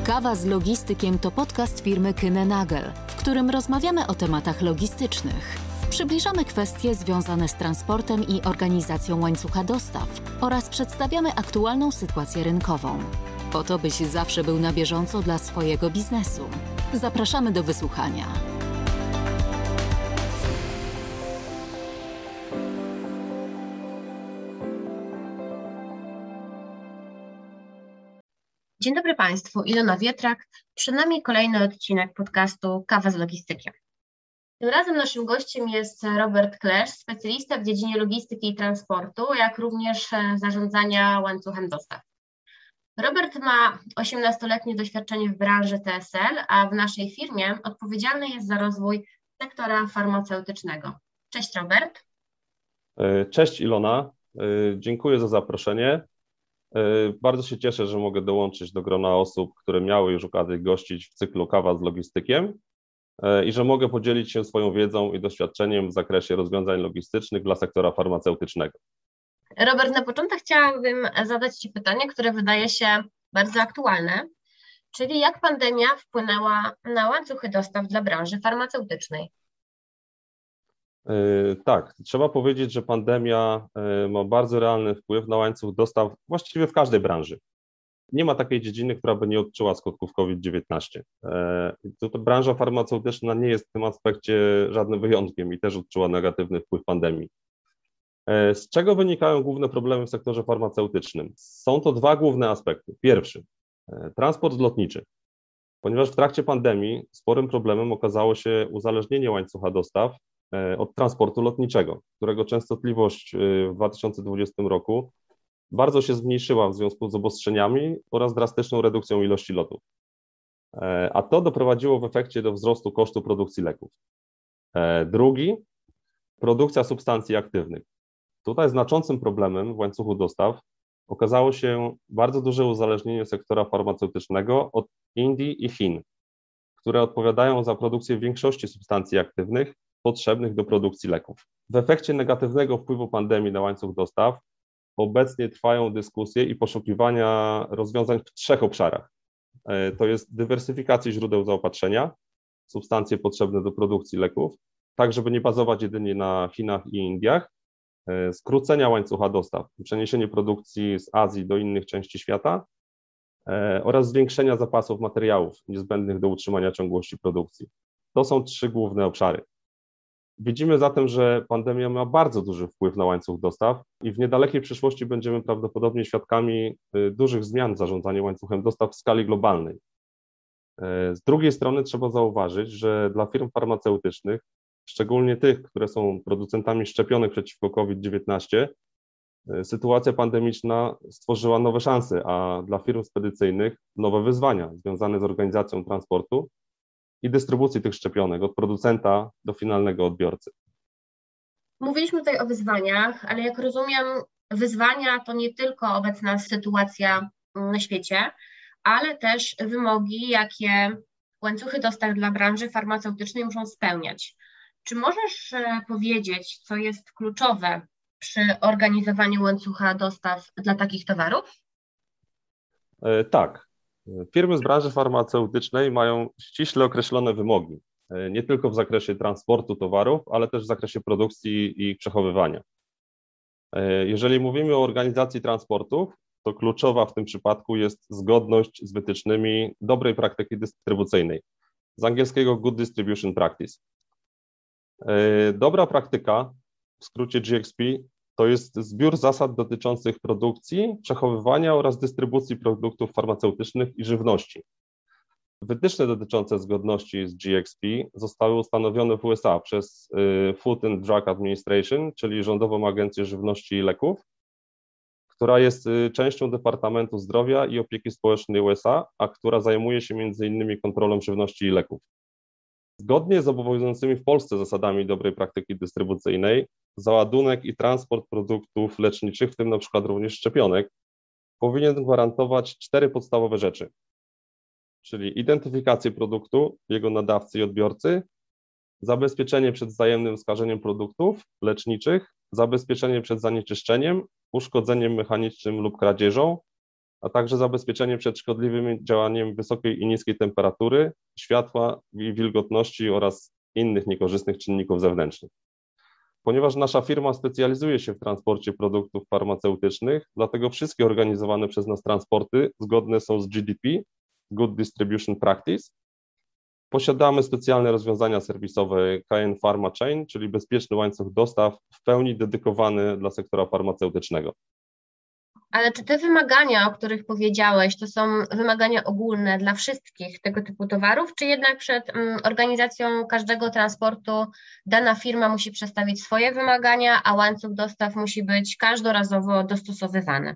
Kawa z logistykiem to podcast firmy Kühne+Nagel, w którym rozmawiamy o tematach logistycznych. Przybliżamy kwestie związane z transportem i organizacją łańcucha dostaw oraz przedstawiamy aktualną sytuację rynkową. Po to, byś zawsze był na bieżąco dla swojego biznesu. Zapraszamy do wysłuchania. Dzień dobry Państwu, Ilona Wietrak. Przed nami kolejny odcinek podcastu Kawa z logistykiem. Tym razem naszym gościem jest Robert Klesz, specjalista w dziedzinie logistyki i transportu, jak również zarządzania łańcuchem dostaw. Robert ma 18-letnie doświadczenie w branży TSL, a w naszej firmie odpowiedzialny jest za rozwój sektora farmaceutycznego. Cześć Robert. Cześć Ilona, dziękuję za zaproszenie. Bardzo się cieszę, że mogę dołączyć do grona osób, które miały już okazję gościć w cyklu Kawa z logistykiem i że mogę podzielić się swoją wiedzą i doświadczeniem w zakresie rozwiązań logistycznych dla sektora farmaceutycznego. Robert, na początek chciałabym zadać Ci pytanie, które wydaje się bardzo aktualne, czyli jak pandemia wpłynęła na łańcuchy dostaw dla branży farmaceutycznej? Tak, trzeba powiedzieć, że pandemia ma bardzo realny wpływ na łańcuch dostaw właściwie w każdej branży. Nie ma takiej dziedziny, która by nie odczuła skutków COVID-19. Branża farmaceutyczna nie jest w tym aspekcie żadnym wyjątkiem i też odczuła negatywny wpływ pandemii. Z czego wynikają główne problemy w sektorze farmaceutycznym? Są to dwa główne aspekty. Pierwszy, transport lotniczy. Ponieważ w trakcie pandemii sporym problemem okazało się uzależnienie łańcucha dostaw od transportu lotniczego, którego częstotliwość w 2020 roku bardzo się zmniejszyła w związku z obostrzeniami oraz drastyczną redukcją ilości lotów. A to doprowadziło w efekcie do wzrostu kosztu produkcji leków. Drugi, produkcja substancji aktywnych. Tutaj znaczącym problemem w łańcuchu dostaw okazało się bardzo duże uzależnienie sektora farmaceutycznego od Indii i Chin, które odpowiadają za produkcję większości substancji aktywnych potrzebnych do produkcji leków. W efekcie negatywnego wpływu pandemii na łańcuch dostaw obecnie trwają dyskusje i poszukiwania rozwiązań w trzech obszarach. To jest dywersyfikacja źródeł zaopatrzenia, substancje potrzebne do produkcji leków, tak żeby nie bazować jedynie na Chinach i Indiach, skrócenia łańcucha dostaw, przeniesienie produkcji z Azji do innych części świata oraz zwiększenia zapasów materiałów niezbędnych do utrzymania ciągłości produkcji. To są trzy główne obszary. Widzimy zatem, że pandemia ma bardzo duży wpływ na łańcuch dostaw i w niedalekiej przyszłości będziemy prawdopodobnie świadkami dużych zmian w zarządzaniu łańcuchem dostaw w skali globalnej. Z drugiej strony trzeba zauważyć, że dla firm farmaceutycznych, szczególnie tych, które są producentami szczepionek przeciwko COVID-19, sytuacja pandemiczna stworzyła nowe szanse, a dla firm spedycyjnych nowe wyzwania związane z organizacją transportu i dystrybucji tych szczepionek od producenta do finalnego odbiorcy. Mówiliśmy tutaj o wyzwaniach, ale jak rozumiem, wyzwania to nie tylko obecna sytuacja na świecie, ale też wymogi, jakie łańcuchy dostaw dla branży farmaceutycznej muszą spełniać. Czy możesz powiedzieć, co jest kluczowe przy organizowaniu łańcucha dostaw dla takich towarów? Tak. Firmy z branży farmaceutycznej mają ściśle określone wymogi, nie tylko w zakresie transportu towarów, ale też w zakresie produkcji i ich przechowywania. Jeżeli mówimy o organizacji transportów, to kluczowa w tym przypadku jest zgodność z wytycznymi dobrej praktyki dystrybucyjnej, z angielskiego Good Distribution Practice. Dobra praktyka, w skrócie GXP, to jest zbiór zasad dotyczących produkcji, przechowywania oraz dystrybucji produktów farmaceutycznych i żywności. Wytyczne dotyczące zgodności z GXP zostały ustanowione w USA przez Food and Drug Administration, czyli Rządową Agencję Żywności i Leków, która jest częścią Departamentu Zdrowia i Opieki Społecznej USA, a która zajmuje się m.in. kontrolą żywności i leków. Zgodnie z obowiązującymi w Polsce zasadami dobrej praktyki dystrybucyjnej, załadunek i transport produktów leczniczych, w tym na przykład również szczepionek, powinien gwarantować 4 podstawowe rzeczy, czyli identyfikację produktu, jego nadawcy i odbiorcy, zabezpieczenie przed wzajemnym skażeniem produktów leczniczych, zabezpieczenie przed zanieczyszczeniem, uszkodzeniem mechanicznym lub kradzieżą a także zabezpieczenie przed szkodliwym działaniem wysokiej i niskiej temperatury, światła i wilgotności oraz innych niekorzystnych czynników zewnętrznych. Ponieważ nasza firma specjalizuje się w transporcie produktów farmaceutycznych, dlatego wszystkie organizowane przez nas transporty zgodne są z GDP, Good Distribution Practice. Posiadamy specjalne rozwiązania serwisowe KN Pharma Chain, czyli bezpieczny łańcuch dostaw w pełni dedykowany dla sektora farmaceutycznego. Ale czy te wymagania, o których powiedziałeś, to są wymagania ogólne dla wszystkich tego typu towarów, czy jednak przed organizacją każdego transportu dana firma musi przedstawić swoje wymagania, a łańcuch dostaw musi być każdorazowo dostosowywany?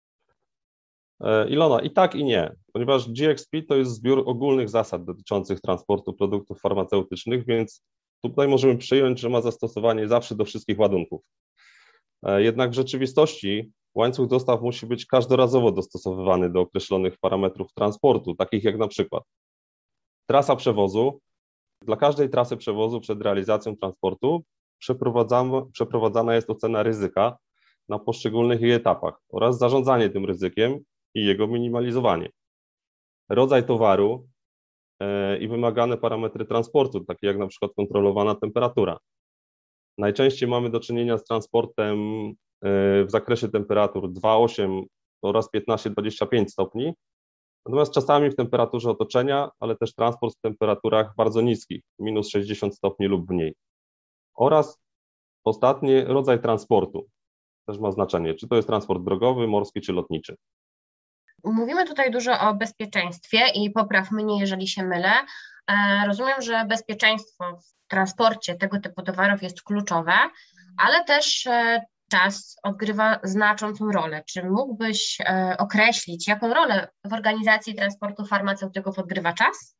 Ilona, i tak, i nie, ponieważ GXP to jest zbiór ogólnych zasad dotyczących transportu produktów farmaceutycznych, więc tutaj możemy przyjąć, że ma zastosowanie zawsze do wszystkich ładunków. Jednak w rzeczywistości łańcuch dostaw musi być każdorazowo dostosowywany do określonych parametrów transportu, takich jak na przykład trasa przewozu. Dla każdej trasy przewozu przed realizacją transportu przeprowadzana jest ocena ryzyka na poszczególnych jej etapach oraz zarządzanie tym ryzykiem i jego minimalizowanie. Rodzaj towaru i wymagane parametry transportu, takie jak na przykład kontrolowana temperatura. Najczęściej mamy do czynienia z transportem w zakresie temperatur 2,8 oraz 15-25 stopni, natomiast czasami w temperaturze otoczenia, ale też transport w temperaturach bardzo niskich, minus 60 stopni lub mniej. Oraz ostatni rodzaj transportu też ma znaczenie, czy to jest transport drogowy, morski czy lotniczy. Mówimy tutaj dużo o bezpieczeństwie i popraw mnie, jeżeli się mylę. Rozumiem, że bezpieczeństwo w transporcie tego typu towarów jest kluczowe, ale też czas odgrywa znaczącą rolę. Czy mógłbyś określić, jaką rolę w organizacji transportu farmaceutyków odgrywa czas?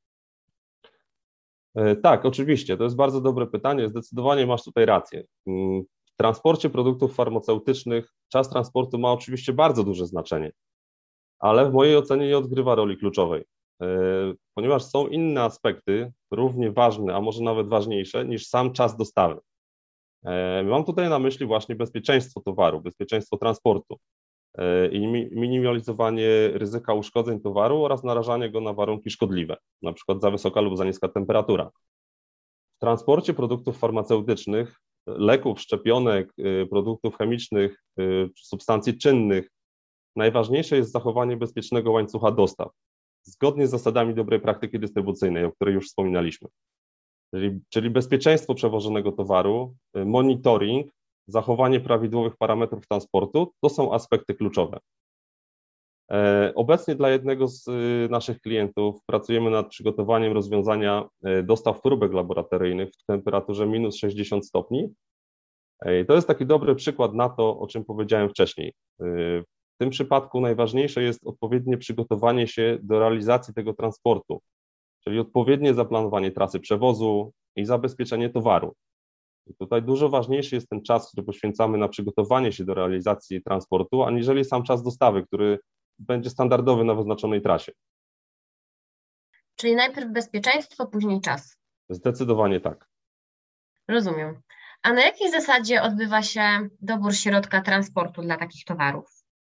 Tak, oczywiście, to jest bardzo dobre pytanie, zdecydowanie masz tutaj rację. W transporcie produktów farmaceutycznych czas transportu ma oczywiście bardzo duże znaczenie, ale w mojej ocenie nie odgrywa roli kluczowej, ponieważ są inne aspekty równie ważne, a może nawet ważniejsze niż sam czas dostawy. Mam tutaj na myśli właśnie bezpieczeństwo towaru, bezpieczeństwo transportu i minimalizowanie ryzyka uszkodzeń towaru oraz narażanie go na warunki szkodliwe, na przykład za wysoka lub za niska temperatura. W transporcie produktów farmaceutycznych, leków, szczepionek, produktów chemicznych, substancji czynnych najważniejsze jest zachowanie bezpiecznego łańcucha dostaw, zgodnie z zasadami dobrej praktyki dystrybucyjnej, o której już wspominaliśmy. Czyli bezpieczeństwo przewożonego towaru, monitoring, zachowanie prawidłowych parametrów transportu, to są aspekty kluczowe. Obecnie dla jednego z naszych klientów pracujemy nad przygotowaniem rozwiązania dostaw próbek laboratoryjnych w temperaturze minus 60 stopni. To jest taki dobry przykład na to, o czym powiedziałem wcześniej. W tym przypadku najważniejsze jest odpowiednie przygotowanie się do realizacji tego transportu, czyli odpowiednie zaplanowanie trasy przewozu i zabezpieczenie towaru. I tutaj dużo ważniejszy jest ten czas, który poświęcamy na przygotowanie się do realizacji transportu, aniżeli sam czas dostawy, który będzie standardowy na wyznaczonej trasie. Czyli najpierw bezpieczeństwo, później czas. Zdecydowanie tak. Rozumiem. A na jakiej zasadzie odbywa się dobór środka transportu dla takich towarów?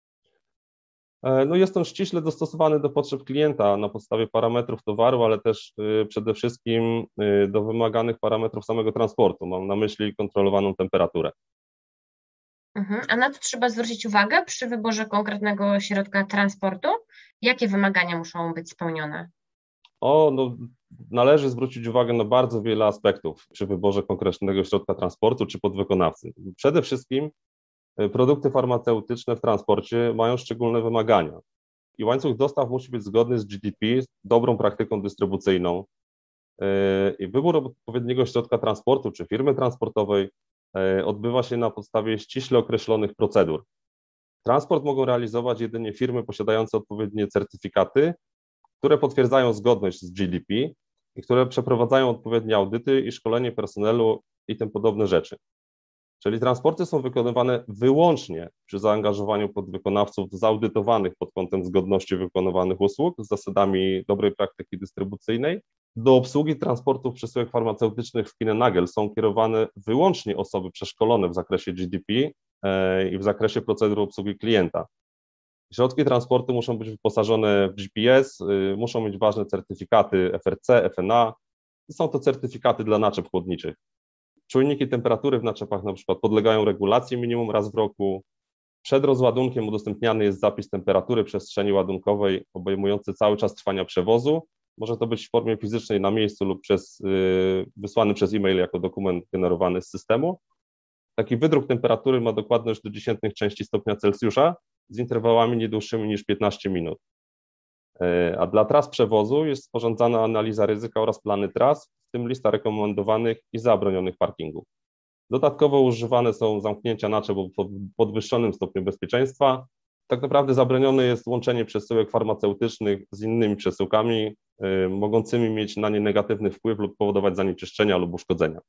No jest on ściśle dostosowany do potrzeb klienta na podstawie parametrów towaru, ale też przede wszystkim do wymaganych parametrów samego transportu. Mam na myśli kontrolowaną temperaturę. A na co trzeba zwrócić uwagę przy wyborze konkretnego środka transportu? Jakie wymagania muszą być spełnione? Należy zwrócić uwagę na bardzo wiele aspektów przy wyborze konkretnego środka transportu czy podwykonawcy. Przede wszystkim produkty farmaceutyczne w transporcie mają szczególne wymagania i łańcuch dostaw musi być zgodny z GDP, z dobrą praktyką dystrybucyjną. I wybór odpowiedniego środka transportu czy firmy transportowej odbywa się na podstawie ściśle określonych procedur. Transport mogą realizować jedynie firmy posiadające odpowiednie certyfikaty, które potwierdzają zgodność z GDP i które przeprowadzają odpowiednie audyty i szkolenie personelu i tym podobne rzeczy. Czyli transporty są wykonywane wyłącznie przy zaangażowaniu podwykonawców zaudytowanych pod kątem zgodności wykonywanych usług z zasadami dobrej praktyki dystrybucyjnej. Do obsługi transportów przesyłek farmaceutycznych w Kühne+Nagel są kierowane wyłącznie osoby przeszkolone w zakresie GDP i w zakresie procedur obsługi klienta. Środki transportu muszą być wyposażone w GPS, muszą mieć ważne certyfikaty FRC, FNA. Są to certyfikaty dla naczep chłodniczych. Czujniki temperatury w naczepach na przykład podlegają regulacji minimum raz w roku. Przed rozładunkiem udostępniany jest zapis temperatury przestrzeni ładunkowej obejmujący cały czas trwania przewozu. Może to być w formie fizycznej na miejscu lub wysłany przez e-mail jako dokument generowany z systemu. Taki wydruk temperatury ma dokładność do dziesiętnych części stopnia Celsjusza z interwałami nie dłuższymi niż 15 minut. A dla tras przewozu jest sporządzana analiza ryzyka oraz plany tras, w tym lista rekomendowanych i zabronionych parkingów. Dodatkowo używane są zamknięcia naczep o podwyższonym stopniu bezpieczeństwa. Tak naprawdę zabronione jest łączenie przesyłek farmaceutycznych z innymi przesyłkami, mogącymi mieć na nie negatywny wpływ lub powodować zanieczyszczenia lub uszkodzenia.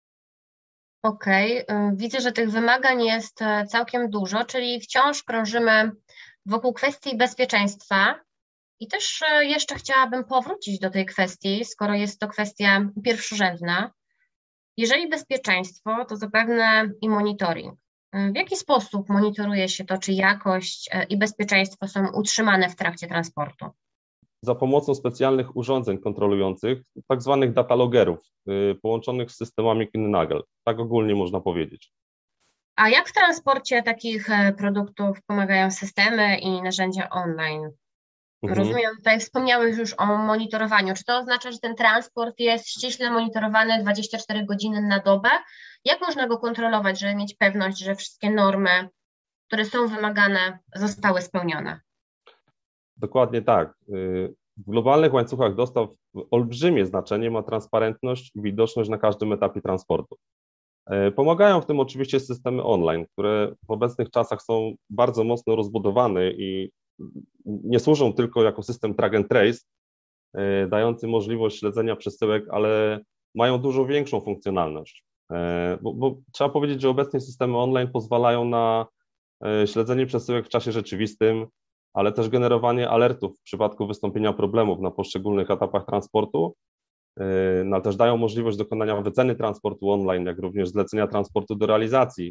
Okej, widzę, że tych wymagań jest całkiem dużo, czyli wciąż krążymy wokół kwestii bezpieczeństwa. I też jeszcze chciałabym powrócić do tej kwestii, skoro jest to kwestia pierwszorzędna. Jeżeli bezpieczeństwo, to zapewne i monitoring. W jaki sposób monitoruje się to, czy jakość i bezpieczeństwo są utrzymane w trakcie transportu? Za pomocą specjalnych urządzeń kontrolujących, tak zwanych datalogerów, połączonych z systemami Kühne-Nagel. Tak ogólnie można powiedzieć. A jak w transporcie takich produktów pomagają systemy i narzędzia online? Rozumiem, tutaj wspomniałeś już o monitorowaniu. Czy to oznacza, że ten transport jest ściśle monitorowany 24 godziny na dobę? Jak można go kontrolować, żeby mieć pewność, że wszystkie normy, które są wymagane, zostały spełnione? Dokładnie tak. W globalnych łańcuchach dostaw olbrzymie znaczenie ma transparentność i widoczność na każdym etapie transportu. Pomagają w tym oczywiście systemy online, które w obecnych czasach są bardzo mocno rozbudowane i nie służą tylko jako system track and trace, dający możliwość śledzenia przesyłek, ale mają dużo większą funkcjonalność. Bo trzeba powiedzieć, że obecnie systemy online pozwalają na śledzenie przesyłek w czasie rzeczywistym, ale też generowanie alertów w przypadku wystąpienia problemów na poszczególnych etapach transportu, ale też dają możliwość dokonania wyceny transportu online, jak również zlecenia transportu do realizacji.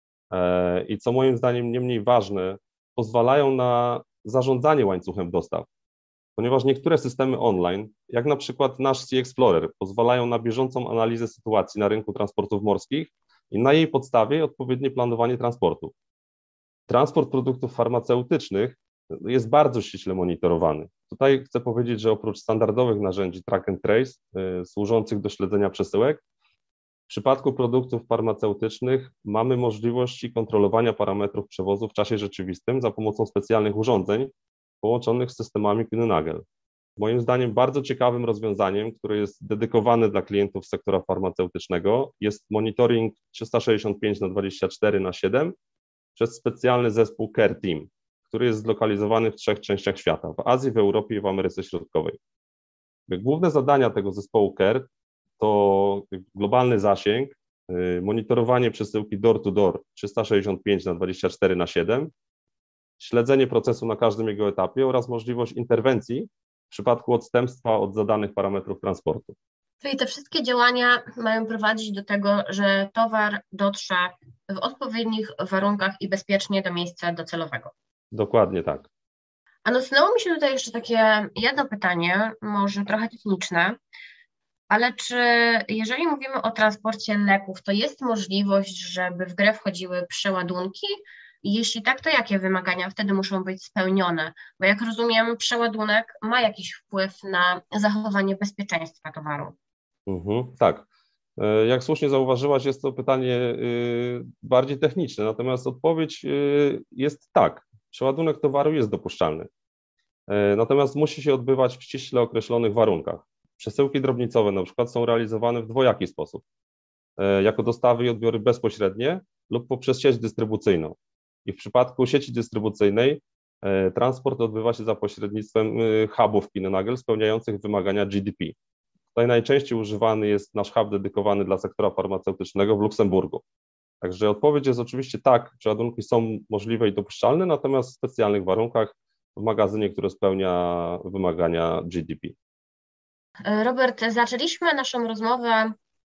I co moim zdaniem nie mniej ważne, pozwalają na zarządzanie łańcuchem dostaw, ponieważ niektóre systemy online, jak na przykład nasz Sea Explorer, pozwalają na bieżącą analizę sytuacji na rynku transportów morskich i na jej podstawie odpowiednie planowanie transportu. Transport produktów farmaceutycznych jest bardzo ściśle monitorowany. Tutaj chcę powiedzieć, że oprócz standardowych narzędzi track and trace służących do śledzenia przesyłek, w przypadku produktów farmaceutycznych mamy możliwości kontrolowania parametrów przewozu w czasie rzeczywistym za pomocą specjalnych urządzeń połączonych z systemami Kühne-Nagel. Moim zdaniem bardzo ciekawym rozwiązaniem, które jest dedykowane dla klientów sektora farmaceutycznego, jest monitoring 365/24/7 przez specjalny zespół Care Team, który jest zlokalizowany w 3 częściach świata, w Azji, w Europie i w Ameryce Środkowej. Główne zadania tego zespołu Care to globalny zasięg, monitorowanie przesyłki door-to-door 365/24/7, śledzenie procesu na każdym jego etapie oraz możliwość interwencji w przypadku odstępstwa od zadanych parametrów transportu. Czyli te wszystkie działania mają prowadzić do tego, że towar dotrze w odpowiednich warunkach i bezpiecznie do miejsca docelowego. Dokładnie tak. A nasunęło mi się tutaj jeszcze takie jedno pytanie, może trochę techniczne, ale czy jeżeli mówimy o transporcie leków, to jest możliwość, żeby w grę wchodziły przeładunki? I jeśli tak, to jakie wymagania wtedy muszą być spełnione? Bo jak rozumiem, przeładunek ma jakiś wpływ na zachowanie bezpieczeństwa towaru. Tak. Jak słusznie zauważyłaś, jest to pytanie bardziej techniczne, natomiast odpowiedź jest tak. Przeładunek towaru jest dopuszczalny, natomiast musi się odbywać w ściśle określonych warunkach. Przesyłki drobnicowe na przykład są realizowane w dwojaki sposób, jako dostawy i odbiory bezpośrednie lub poprzez sieć dystrybucyjną. I w przypadku sieci dystrybucyjnej transport odbywa się za pośrednictwem hubów Kühne-Nagel spełniających wymagania GDP. Tutaj najczęściej używany jest nasz hub dedykowany dla sektora farmaceutycznego w Luksemburgu. Także odpowiedź jest oczywiście tak, przeładunki są możliwe i dopuszczalne, natomiast w specjalnych warunkach w magazynie, który spełnia wymagania GDP. Robert, zaczęliśmy naszą rozmowę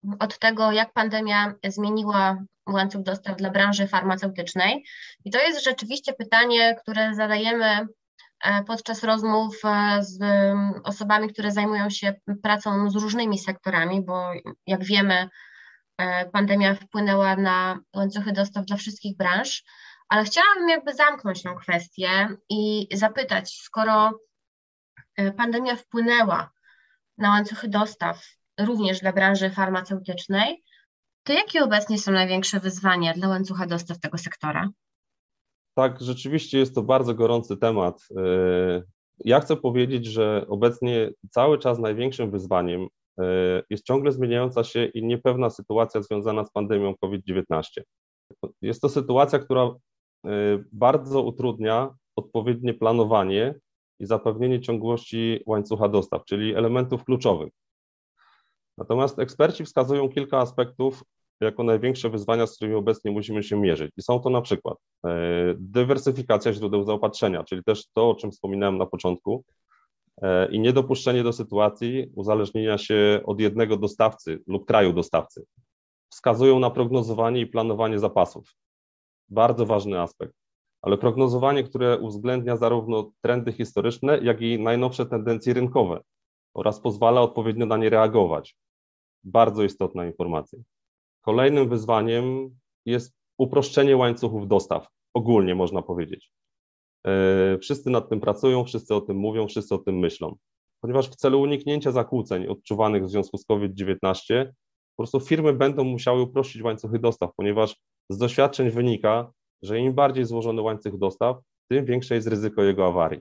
od tego, jak pandemia zmieniła łańcuch dostaw dla branży farmaceutycznej. I to jest rzeczywiście pytanie, które zadajemy podczas rozmów z osobami, które zajmują się pracą z różnymi sektorami, bo jak wiemy, pandemia wpłynęła na łańcuchy dostaw dla wszystkich branż, ale chciałabym jakby zamknąć tę kwestię i zapytać, skoro pandemia wpłynęła na łańcuchy dostaw również dla branży farmaceutycznej, to jakie obecnie są największe wyzwania dla łańcucha dostaw tego sektora? Tak, rzeczywiście jest to bardzo gorący temat. Ja chcę powiedzieć, że obecnie cały czas największym wyzwaniem jest ciągle zmieniająca się i niepewna sytuacja związana z pandemią COVID-19. Jest to sytuacja, która bardzo utrudnia odpowiednie planowanie i zapewnienie ciągłości łańcucha dostaw, czyli elementów kluczowych. Natomiast eksperci wskazują kilka aspektów jako największe wyzwania, z którymi obecnie musimy się mierzyć. I są to na przykład dywersyfikacja źródeł zaopatrzenia, czyli też to, o czym wspominałem na początku, i niedopuszczenie do sytuacji uzależnienia się od jednego dostawcy lub kraju dostawcy. Wskazują na prognozowanie i planowanie zapasów. Bardzo ważny aspekt, ale prognozowanie, które uwzględnia zarówno trendy historyczne, jak i najnowsze tendencje rynkowe oraz pozwala odpowiednio na nie reagować. Bardzo istotna informacja. Kolejnym wyzwaniem jest uproszczenie łańcuchów dostaw, ogólnie można powiedzieć. Wszyscy nad tym pracują, wszyscy o tym mówią, wszyscy o tym myślą, ponieważ w celu uniknięcia zakłóceń odczuwanych w związku z COVID-19 po prostu firmy będą musiały uprościć łańcuchy dostaw, ponieważ z doświadczeń wynika, że im bardziej złożony łańcuch dostaw, tym większe jest ryzyko jego awarii.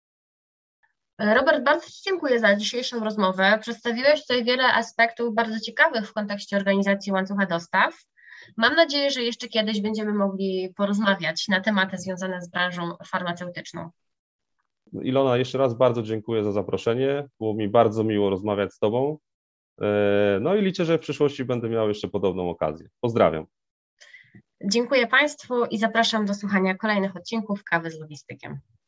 Robert, bardzo Ci dziękuję za dzisiejszą rozmowę. Przedstawiłeś tutaj wiele aspektów bardzo ciekawych w kontekście organizacji łańcucha dostaw. Mam nadzieję, że jeszcze kiedyś będziemy mogli porozmawiać na tematy związane z branżą farmaceutyczną. Ilona, jeszcze raz bardzo dziękuję za zaproszenie. Było mi bardzo miło rozmawiać z Tobą. No i liczę, że w przyszłości będę miał jeszcze podobną okazję. Pozdrawiam. Dziękuję Państwu i zapraszam do słuchania kolejnych odcinków Kawy z Logistykiem.